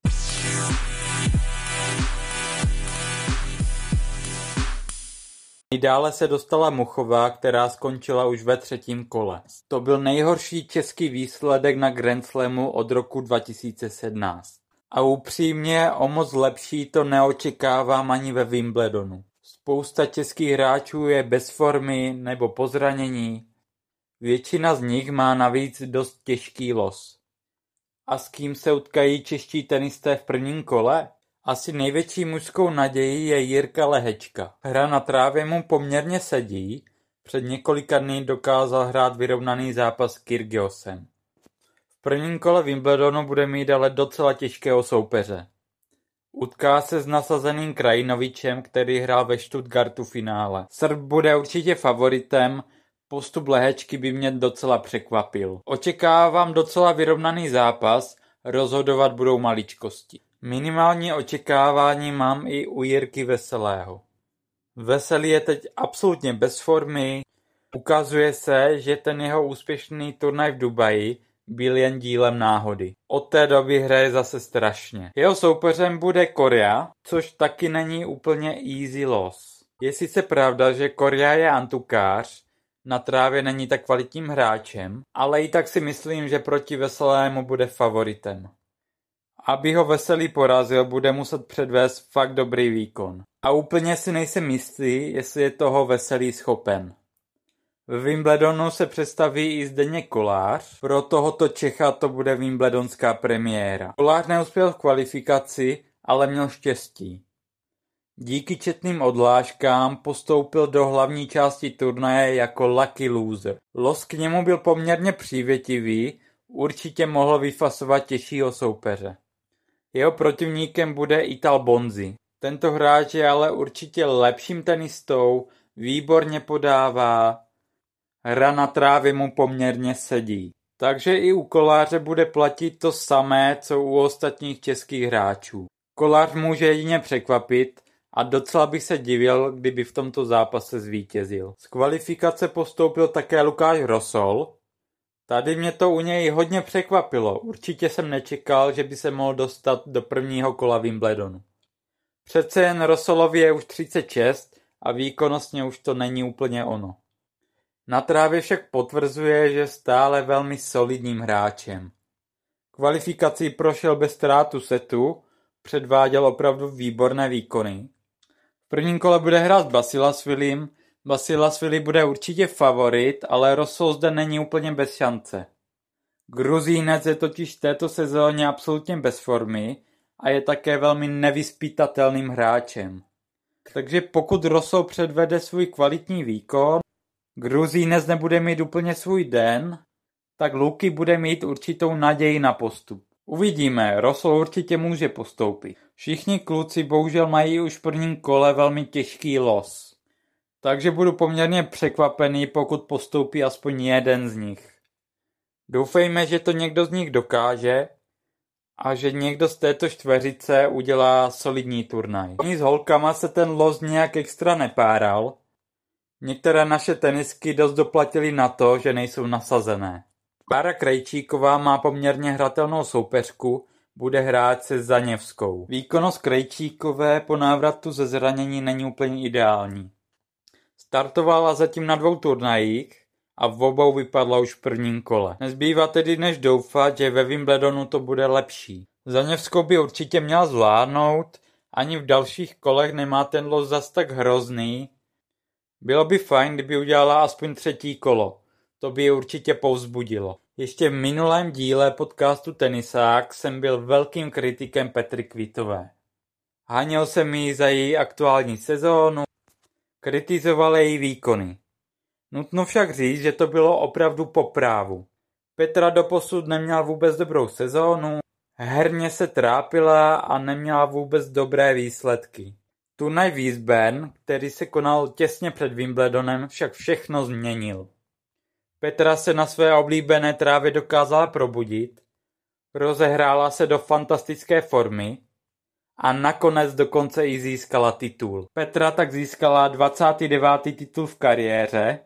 Dále se dostala Muchová, která skončila už ve 3. kole. To byl nejhorší český výsledek na Grand Slamu od roku 2017. A upřímně o moc lepší to neočekávám ani ve Wimbledonu. Spousta českých hráčů je bez formy nebo po zranění. Většina z nich má navíc dost těžký los. A s kým se utkají čeští tenisté v prvním kole? Asi největší mužskou nadějí je Jirka Lehečka. Hra na trávě mu poměrně sedí, před několika dny dokázal hrát vyrovnaný zápas s Kyrgiosem. V prvním kole Wimbledonu bude mít ale docela těžkého soupeře. Utká se s nasazeným Krajinovičem, který hrál ve Stuttgartu finále. Srb bude určitě favoritem, postup Lehečky by mě docela překvapil. Očekávám docela vyrovnaný zápas, rozhodovat budou maličkosti. Minimální očekávání mám i u Jirky Veselého. Veselý je teď absolutně bez formy, ukazuje se, že ten jeho úspěšný turnaj v Dubaji byl jen dílem náhody. Od té doby hraje zase strašně. Jeho soupeřem bude Coria, což taky není úplně easy loss. Je sice pravda, že Coria je antukář, na trávě není tak kvalitním hráčem, ale i tak si myslím, že proti Veselému bude favoritem. Aby ho Veselý porazil, bude muset předvést fakt dobrý výkon. A úplně si nejsem jistý, jestli je toho Veselý schopen. V Wimbledonu se představí i Zdeněk Kolář, pro tohoto Čecha to bude wimbledonská premiéra. Kolář neuspěl v kvalifikaci, ale měl štěstí. Díky četným odhláškám postoupil do hlavní části turnaje jako lucky loser. Los k němu byl poměrně přívětivý, určitě mohl vyfasovat těžšího soupeře. Jeho protivníkem bude Ital Bonzi. Tento hráč je ale určitě lepším tenistou, výborně podává, hra na trávě mu poměrně sedí. Takže i u Koláře bude platit to samé, co u ostatních českých hráčů. Kolář může jedině překvapit a docela bych se divil, kdyby v tomto zápase zvítězil. Z kvalifikace postoupil také Lukáš Rosol. Tady mě to u něj hodně překvapilo. Určitě jsem nečekal, že by se mohl dostat do prvního kola Wimbledonu. Přece jen Rosolovi je už 36 a výkonnostně už to není úplně ono. Na trávě však potvrzuje, že stále velmi solidním hráčem. Kvalifikací prošel bez ztrátu setu, předváděl opravdu výborné výkony. V prvním kole bude hrát s Basilashvilim. Basilashvili bude určitě favorit, ale Rosol zde není úplně bez šance. Gruzínec je totiž v této sezóně absolutně bez formy a je také velmi nevyzpytatelným hráčem. Takže pokud Rosol předvede svůj kvalitní výkon, Gruzínec nebude mít úplně svůj den, tak Luky bude mít určitou naději na postup. Uvidíme, Rosol určitě může postoupit. Všichni kluci bohužel mají už v prvním kole velmi těžký los. Takže budu poměrně překvapený, pokud postoupí aspoň jeden z nich. Doufejme, že to někdo z nich dokáže a že někdo z této čtveřice udělá solidní turnaj. Ani s holkama se ten los nějak extra nepáral. Některé naše tenisky dost doplatily na to, že nejsou nasazené. Bára Krejčíková má poměrně hratelnou soupeřku, bude hrát se Zaněvskou. Výkonnost Krejčíkové po návratu ze zranění není úplně ideální. Startovala zatím na 2 turnajích a v obou vypadla už v prvním kole. Nezbývá tedy než doufat, že ve Wimbledonu to bude lepší. Zaněvskou by určitě měla zvládnout, ani v dalších kolech nemá ten los zas tak hrozný. Bylo by fajn, kdyby udělala aspoň 3. kolo. To by ji určitě povzbudilo. Ještě v minulém díle podcastu Tenisák jsem byl velkým kritikem Petry Kvitové. Hanil jsem jí za její aktuální sezónu, kritizoval její výkony. Nutno však říct, že to bylo opravdu po právu. Petra doposud neměla vůbec dobrou sezónu, herně se trápila a neměla vůbec dobré výsledky. Turnaj Wiesbaden, který se konal těsně před Wimbledonem, však všechno změnil. Petra se na své oblíbené trávě dokázala probudit, rozehrála se do fantastické formy a nakonec dokonce i získala titul. Petra tak získala 29. titul v kariéře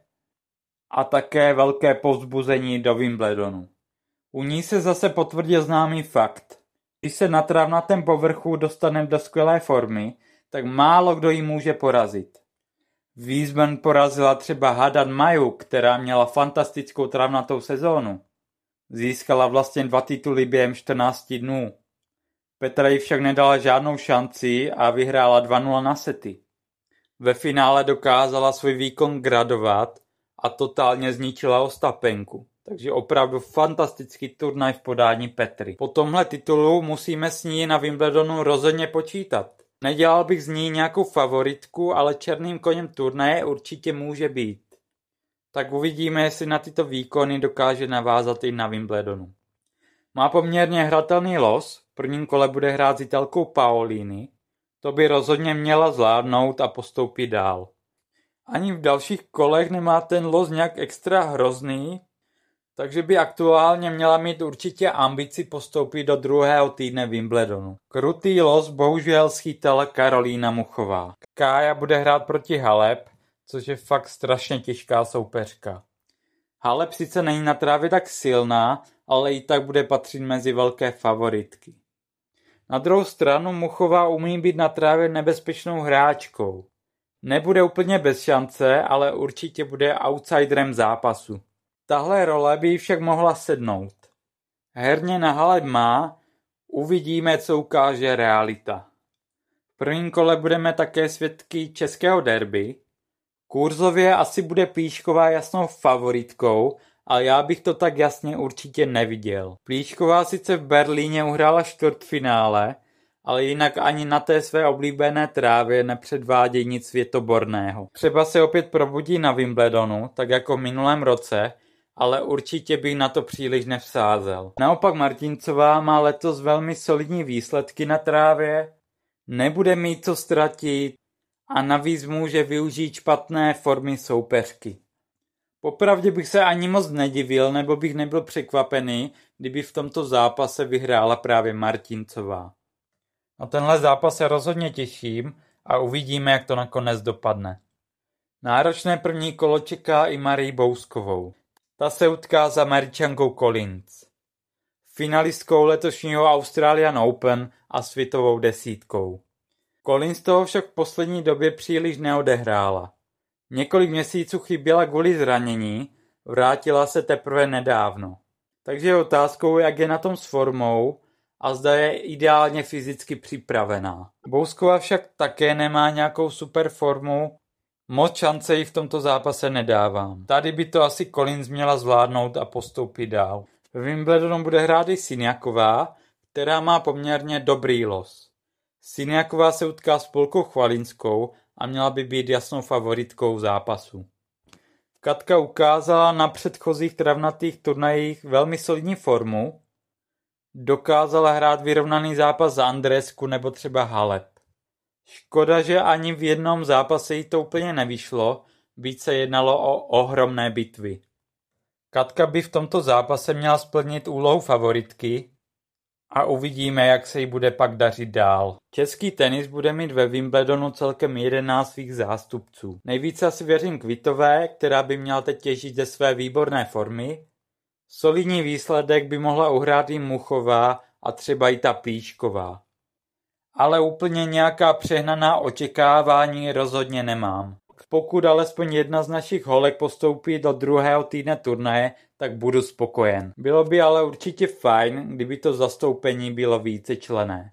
a také velké povzbuzení do Wimbledonu. U ní se zase potvrdil známý fakt. Když se na trávnatém povrchu dostane do skvělé formy, tak málo kdo ji může porazit. Wiesbaden porazila třeba Haddad Maju, která měla fantastickou trávnatou sezónu. Získala vlastně 2 tituly během 14 dnů. Petra jí však nedala žádnou šanci a vyhrála 2-0 na sety. Ve finále dokázala svůj výkon gradovat a totálně zničila Ostapenku. Takže opravdu fantastický turnaj v podání Petry. Po tomhle titulu musíme s ní na Wimbledonu rozhodně počítat. Nedělal bych z ní nějakou favoritku, ale černým koněm turnaje určitě může být. Tak uvidíme, jestli na tyto výkony dokáže navázat i na Wimbledonu. Má poměrně hratelný los, v prvním kole bude hrát s Italkou Paolini, to by rozhodně měla zvládnout a postoupit dál. Ani v dalších kolech nemá ten los nějak extra hrozný, takže by aktuálně měla mít určitě ambici postoupit do druhého týdne Wimbledonu. Krutý los bohužel schytala Karolína Muchová. Kája bude hrát proti Halep, což je fakt strašně těžká soupeřka. Halep sice není na trávě tak silná, ale i tak bude patřit mezi velké favoritky. Na druhou stranu Muchová umí být na trávě nebezpečnou hráčkou. Nebude úplně bez šance, ale určitě bude outsiderem zápasu. Tahle role by jí však mohla sednout. Herně na Halep má, uvidíme, co ukáže realita. V prvním kole budeme také svědky českého derby. Kurzově asi bude Plíšková jasnou favoritkou, ale já bych to tak jasně určitě neviděl. Plíšková sice v Berlíně uhrála čtvrtfinále, ale jinak ani na té své oblíbené trávě nepředvádí nic světoborného. Třeba se opět probudí na Wimbledonu, tak jako v minulém roce, ale určitě bych na to příliš nevsázel. Naopak Martincová má letos velmi solidní výsledky na trávě, nebude mít co ztratit a navíc může využít špatné formy soupeřky. Popravdě bych se ani moc nedivil, nebo bych nebyl překvapený, kdyby v tomto zápase vyhrála právě Martincová. Na tenhle zápas se rozhodně těším a uvidíme, jak to nakonec dopadne. Náročné první kolo čeká i Marii Bouskovou. Ta se utká s Američankou Collins, finalistkou letošního Australian Open a světovou desítkou. Collins toho však v poslední době příliš neodehrála. Několik měsíců chyběla kvůli zranění, vrátila se teprve nedávno. Takže je otázkou, jak je na tom s formou a zda je ideálně fyzicky připravená. Bousková však také nemá nějakou super formu, moc šance jí v tomto zápase nedávám. Tady by to asi Collins měla zvládnout a postoupit dál. V Wimbledonu bude hrát i Siniaková, která má poměrně dobrý los. Siniaková se utká s Polkou Chvalinskou a měla by být jasnou favoritkou zápasu. Katka ukázala na předchozích travnatých turnajích velmi solidní formu, dokázala hrát vyrovnaný zápas za Andresku nebo třeba Halep. Škoda, že ani v jednom zápase jí to úplně nevyšlo, byť se jednalo o ohromné bitvy. Katka by v tomto zápase měla splnit úlohu favoritky a uvidíme, jak se jí bude pak dařit dál. Český tenis bude mít ve Wimbledonu celkem 11 svých zástupců. Nejvíce asi věřím Kvitové, která by měla teď těžit ze své výborné formy. Solidní výsledek by mohla uhrát i Muchová a třeba i ta Plíšková. Ale úplně nějaká přehnaná očekávání rozhodně nemám. Pokud alespoň jedna z našich holek postoupí do druhého týdne turnaje, tak budu spokojen. Bylo by ale určitě fajn, kdyby to zastoupení bylo vícečlenné.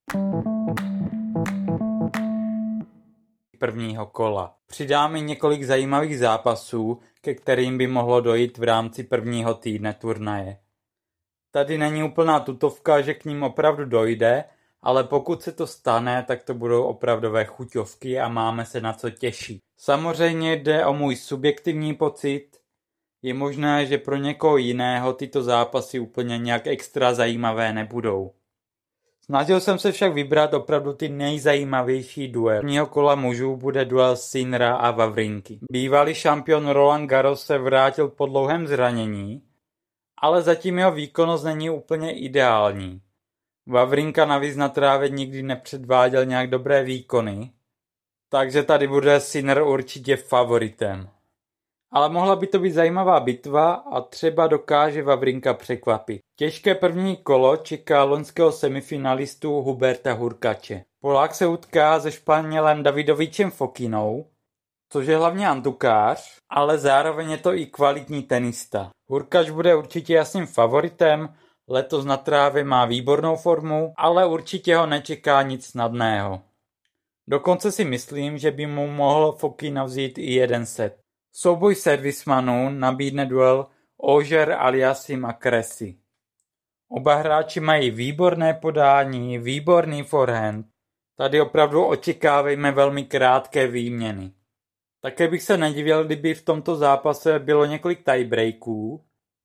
Prvního kola. Přidám i několik zajímavých zápasů, ke kterým by mohlo dojít v rámci prvního týdne turnaje. Tady není úplná tutovka, že k ním opravdu dojde, ale pokud se to stane, tak to budou opravdové chuťovky a máme se na co těšit. Samozřejmě jde o můj subjektivní pocit. Je možné, že pro někoho jiného tyto zápasy úplně nějak extra zajímavé nebudou. Snažil jsem se však vybrat opravdu ty nejzajímavější duel. Prvního kola mužů bude duel Sinnera a Wawrinky. Bývalý šampion Roland Garros se vrátil po dlouhém zranění, ale zatím jeho výkonnost není úplně ideální. Wawrinka navíc na trávě nikdy nepředváděl nějak dobré výkony, takže tady bude Sinner určitě favoritem. Ale mohla by to být zajímavá bitva a třeba dokáže Wawrinka překvapit. Těžké první kolo čeká loňského semifinalistu Huberta Hurkače. Polák se utká se Španělem Davidovičem Fokinou, což je hlavně antukář, ale zároveň je to i kvalitní tenista. Hurkač bude určitě jasným favoritem, letos na trávě má výbornou formu, ale určitě ho nečeká nic snadného. Dokonce si myslím, že by mu mohl Fokina vzít i jeden set. Souboj servismanů nabídne duel Auger-Aliassime a Cressy. Oba hráči mají výborné podání, výborný forehand. Tady opravdu očekávejme velmi krátké výměny. Také bych se nedivil, kdyby v tomto zápase bylo několik tiebreaků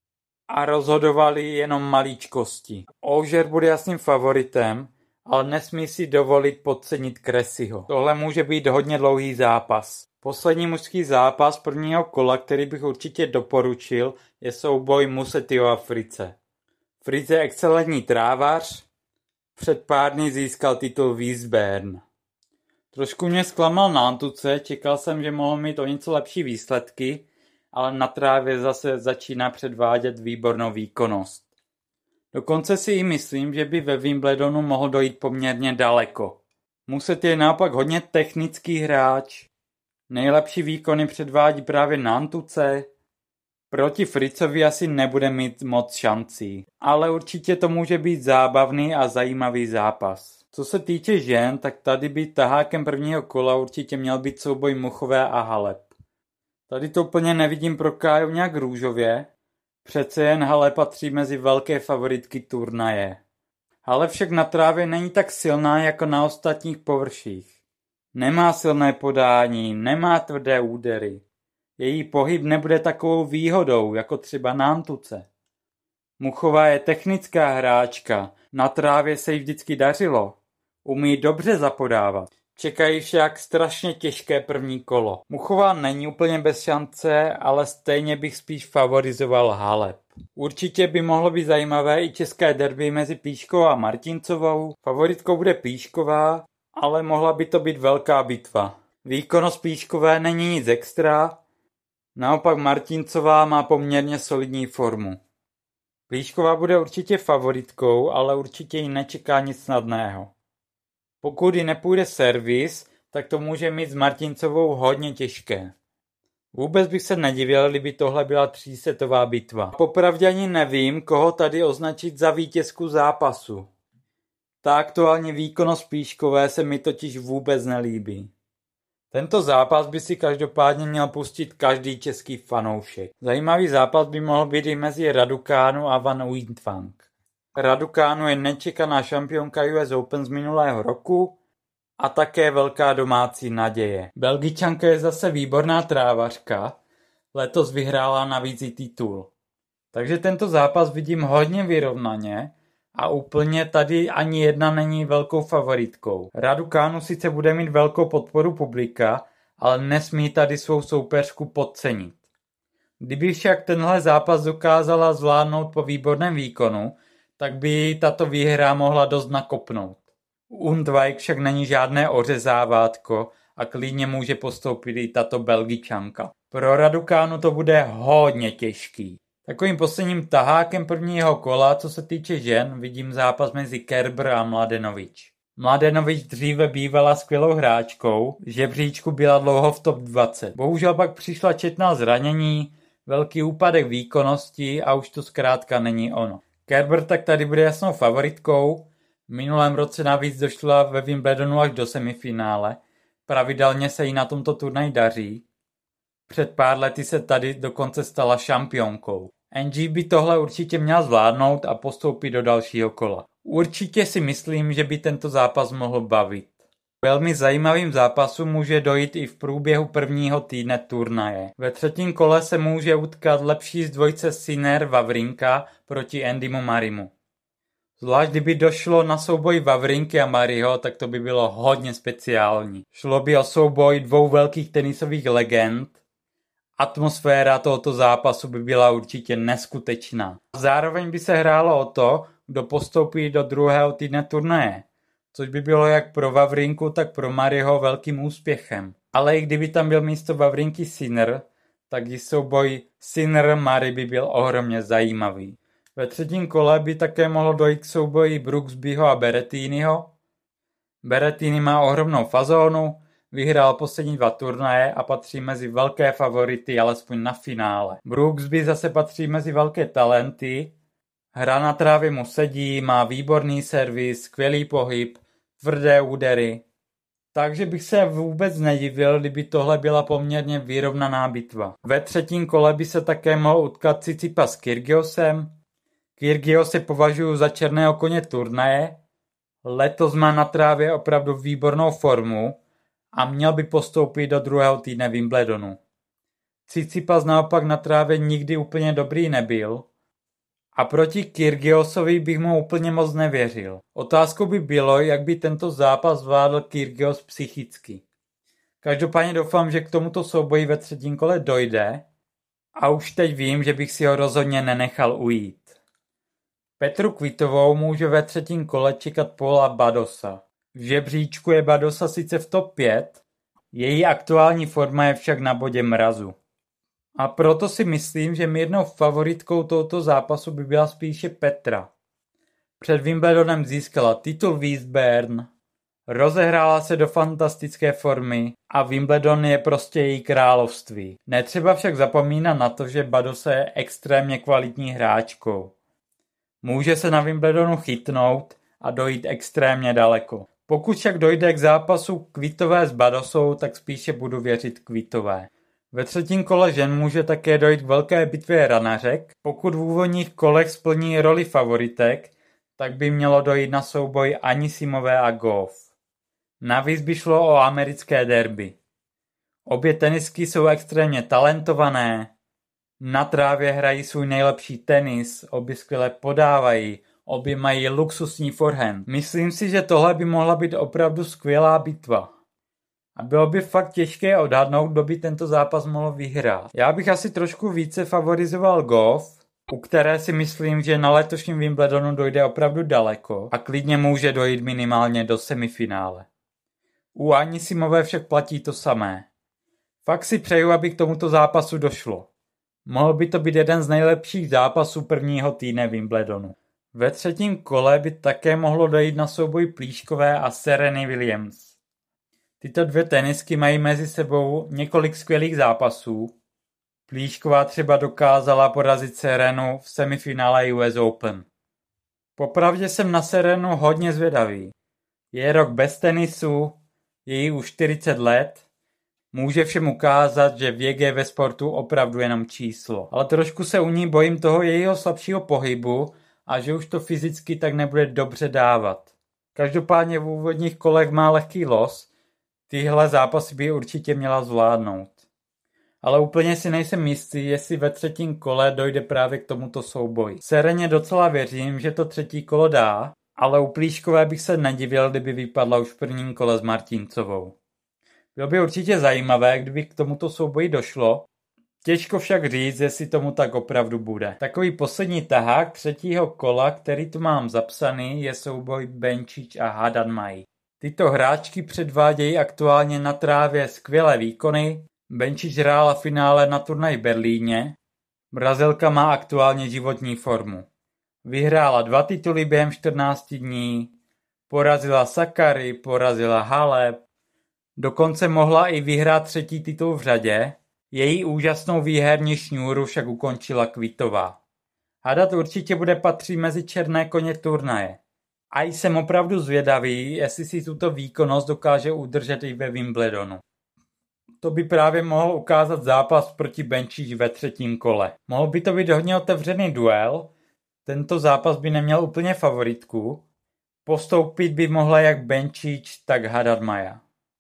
a rozhodovali jenom maličkosti. Auger bude jasným favoritem, ale nesmí si dovolit podcenit Cressyho. Tohle může být hodně dlouhý zápas. Poslední mužský zápas prvního kola, který bych určitě doporučil, je souboj Musettiho a Fritze. Fritz je excelentní trávař, před pár dny získal titul Wiesbaden. Trošku mě zklamal na antuce, čekal jsem, že mohl mít o něco lepší výsledky, ale na trávě zase začíná předvádět výbornou výkonnost. Dokonce si i myslím, že by ve Wimbledonu mohl dojít poměrně daleko. Musetti je naopak hodně technický hráč. Nejlepší výkony předvádí právě na antuce. Proti Fritzovi asi nebude mít moc šancí, ale určitě to může být zábavný a zajímavý zápas. Co se týče žen, tak tady by tahákem prvního kola určitě měl být souboj Muchové a Halep. Tady to úplně nevidím pro Káju nějak růžově, přece jen Halep patří mezi velké favoritky turnaje. Halep však na trávě není tak silná jako na ostatních površích. Nemá silné podání, nemá tvrdé údery. Její pohyb nebude takovou výhodou, jako třeba na antuce. Muchová je technická hráčka, na trávě se jí vždycky dařilo. Umí dobře zapodávat. Čekají však strašně těžké první kolo. Muchová není úplně bez šance, ale stejně bych spíš favorizoval Halep. Určitě by mohlo být zajímavé i české derby mezi Plíškovou a Martincovou. Favoritkou bude Plíšková, ale mohla by to být velká bitva. Výkonnost Plíškové není nic extra, naopak Martincová má poměrně solidní formu. Plíšková bude určitě favoritkou, ale určitě ji nečeká nic snadného. Pokud ji nepůjde servis, tak to může mít s Martincovou hodně těžké. Vůbec bych se nedivil, kdyby tohle byla třísetová bitva. Popravdě ani nevím, koho tady označit za vítězku zápasu. Ta aktuální výkonnost Plíškové se mi totiž vůbec nelíbí. Tento zápas by si každopádně měl pustit každý český fanoušek. Zajímavý zápas by mohl být i mezi Raducanu a Van Uytvanck. Raducanu je nečekaná šampionka US Open z minulého roku a také velká domácí naděje. Belgičanka je zase výborná trávařka, letos vyhrála navíc i titul. Takže tento zápas vidím hodně vyrovnaně a úplně tady ani jedna není velkou favoritkou. Raducanu sice bude mít velkou podporu publika, ale nesmí tady svou soupeřku podcenit. Kdyby však tenhle zápas dokázala zvládnout po výborném výkonu, tak by tato výhra mohla dost nakopnout. Undvajk však není žádné ořezávátko a klidně může postoupit i tato Belgičanka. Pro Raducanu to bude hodně těžký. Takovým posledním tahákem prvního kola, co se týče žen, vidím zápas mezi Kerber a Mladenovič. Mladenovič dříve bývala skvělou hráčkou, v žebříčku byla dlouho v top 20. Bohužel pak přišla četná zranění, velký úpadek výkonnosti a už to zkrátka není ono. Kerber tak tady bude jasnou favoritkou, v minulém roce navíc došla ve Wimbledonu až do semifinále, pravidelně se jí na tomto turnaji daří. Před pár lety se tady dokonce stala šampionkou. NG by tohle určitě měla zvládnout a postoupit do dalšího kola. Určitě si myslím, že by tento zápas mohl bavit. Velmi zajímavým zápasům může dojít i v průběhu prvního týdne turnaje. Ve třetím kole se může utkat lepší z dvojce Sinner Wawrinka proti Andymu Murraymu. Zvlášť kdyby došlo na souboj Wawrinky a Murrayho, tak to by bylo hodně speciální. Šlo by o souboj dvou velkých tenisových legend. Atmosféra tohoto zápasu by byla určitě neskutečná. Zároveň by se hrálo o to, kdo postoupí do druhého týdne turnaje, což by bylo jak pro Wawrinku, tak pro Murrayho velkým úspěchem. Ale i kdyby tam byl místo Wawrinky Sinner, tak i souboj Sinner-Murray by byl ohromně zajímavý. Ve třetím kole by také mohlo dojít k souboji Brooksbyho a Berrettiniho. Berrettini má ohromnou fazónu, vyhrál poslední 2 turnaje a patří mezi velké favority alespoň na finále. Brooksby zase patří mezi velké talenty, hra na trávě mu sedí, má výborný servis, skvělý pohyb, tvrdé údery. Takže bych se vůbec nedivil, kdyby tohle byla poměrně vyrovnaná bitva. Ve třetím kole by se také mohl utkat Tsitsipas s Kyrgiosem. Kyrgiose považuji za černého koně turnaje. Letos má na trávě opravdu výbornou formu a měl by postoupit do druhého týdne Wimbledonu. Tsitsipas naopak na trávě nikdy úplně dobrý nebyl a proti Kyrgiosovi bych mu úplně moc nevěřil. Otázkou by bylo, jak by tento zápas zvládl Kyrgios psychicky. Každopádně doufám, že k tomuto souboji ve třetím kole dojde a už teď vím, že bych si ho rozhodně nenechal ujít. Petru Kvitovou může ve třetím kole čekat Paula Badosa. V žebříčku je Badosa sice v top 5, její aktuální forma je však na bodě mrazu. A proto si myslím, že mírnou favoritkou tohoto zápasu by byla spíše Petra. Před Wimbledonem získala titul Wiesbaden, rozehrála se do fantastické formy a Wimbledon je prostě její království. Netřeba však zapomínat na to, že Badosa je extrémně kvalitní hráčkou. Může se na Wimbledonu chytnout a dojít extrémně daleko. Pokud však dojde k zápasu Kvitové s Badosou, tak spíše budu věřit Kvitové. Ve třetím kole žen může také dojít k velké bitvě ranařek. Pokud v úvodních kolech splní roli favoritek, tak by mělo dojít na souboj Anisimové a Gauff. Navíc by šlo o americké derby. Obě tenistky jsou extrémně talentované, na trávě hrají svůj nejlepší tenis, obě skvěle podávají, obě mají luxusní forehand. Myslím si, že tohle by mohla být opravdu skvělá bitva. A bylo by fakt těžké odhadnout, kdo by tento zápas mohl vyhrát. Já bych asi trošku více favorizoval Gauff, u které si myslím, že na letošním Wimbledonu dojde opravdu daleko a klidně může dojít minimálně do semifinále. U Anisimové však platí to samé. Fakt si přeju, aby k tomuto zápasu došlo. Mohl by to být jeden z nejlepších zápasů prvního týdne Wimbledonu. Ve třetím kole by také mohlo dojít na souboj Plíškové a Sereny Williams. Tyto dvě tenisky mají mezi sebou několik skvělých zápasů. Plíšková třeba dokázala porazit Serenu v semifinále US Open. Popravdě jsem na Serenu hodně zvědavý. Je rok bez tenisu, je jí už 40 let, může všem ukázat, že věk je ve sportu opravdu jenom číslo. Ale trošku se u ní bojím toho jejího slabšího pohybu a že už to fyzicky tak nebude dobře dávat. Každopádně v úvodních kolech má lehký los, tyhle zápasy by určitě měla zvládnout. Ale úplně si nejsem jistý, jestli ve třetím kole dojde právě k tomuto souboji. Sereně docela věřím, že to třetí kolo dá, ale u Plíškové bych se nedivil, kdyby vypadla už v prvním kole s Martincovou. Bylo by určitě zajímavé, kdyby k tomuto souboji došlo. Těžko však říct, jestli tomu tak opravdu bude. Takový poslední tahák třetího kola, který tu mám zapsaný, je souboj Bencic a Haddad Maia. Tyto hráčky předvádějí aktuálně na trávě skvělé výkony. Bencic hrála finále na turnaji v Berlíně. Brazilka má aktuálně životní formu. Vyhrála 2 tituly během 14 dní, porazila Sakkari, porazila Halep, dokonce mohla i vyhrát 3. titul v řadě. Její úžasnou výherní šňůru však ukončila Kvitová. Haddad určitě bude patřit mezi černé koně turnaje. A jsem opravdu zvědavý, jestli si tuto výkonnost dokáže udržet i ve Wimbledonu. To by právě mohl ukázat zápas proti Bencic ve třetím kole. Mohl by to být hodně otevřený duel, tento zápas by neměl úplně favoritku, postoupit by mohla jak Bencic, tak Haddad Maia.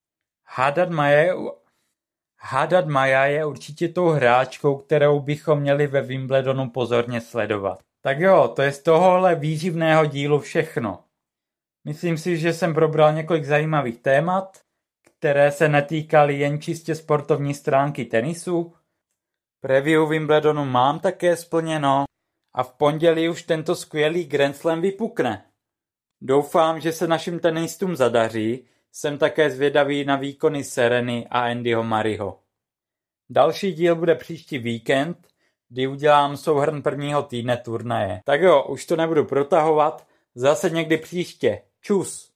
Haddad Maia je určitě tou hráčkou, kterou bychom měli ve Wimbledonu pozorně sledovat. Tak jo, to je z tohohle výživného dílu všechno. Myslím si, že jsem probral několik zajímavých témat, které se netýkaly jen čistě sportovní stránky tenisu. Preview Wimbledonu mám také splněno a v pondělí už tento skvělý Grand Slam vypukne. Doufám, že se našim tenistům zadaří, jsem také zvědavý na výkony Sereny a Andyho Murrayho. Další díl bude příští víkend, kdy udělám souhrn prvního týdne turnaje. Tak jo, už to nebudu protahovat, zase někdy příště. Čus!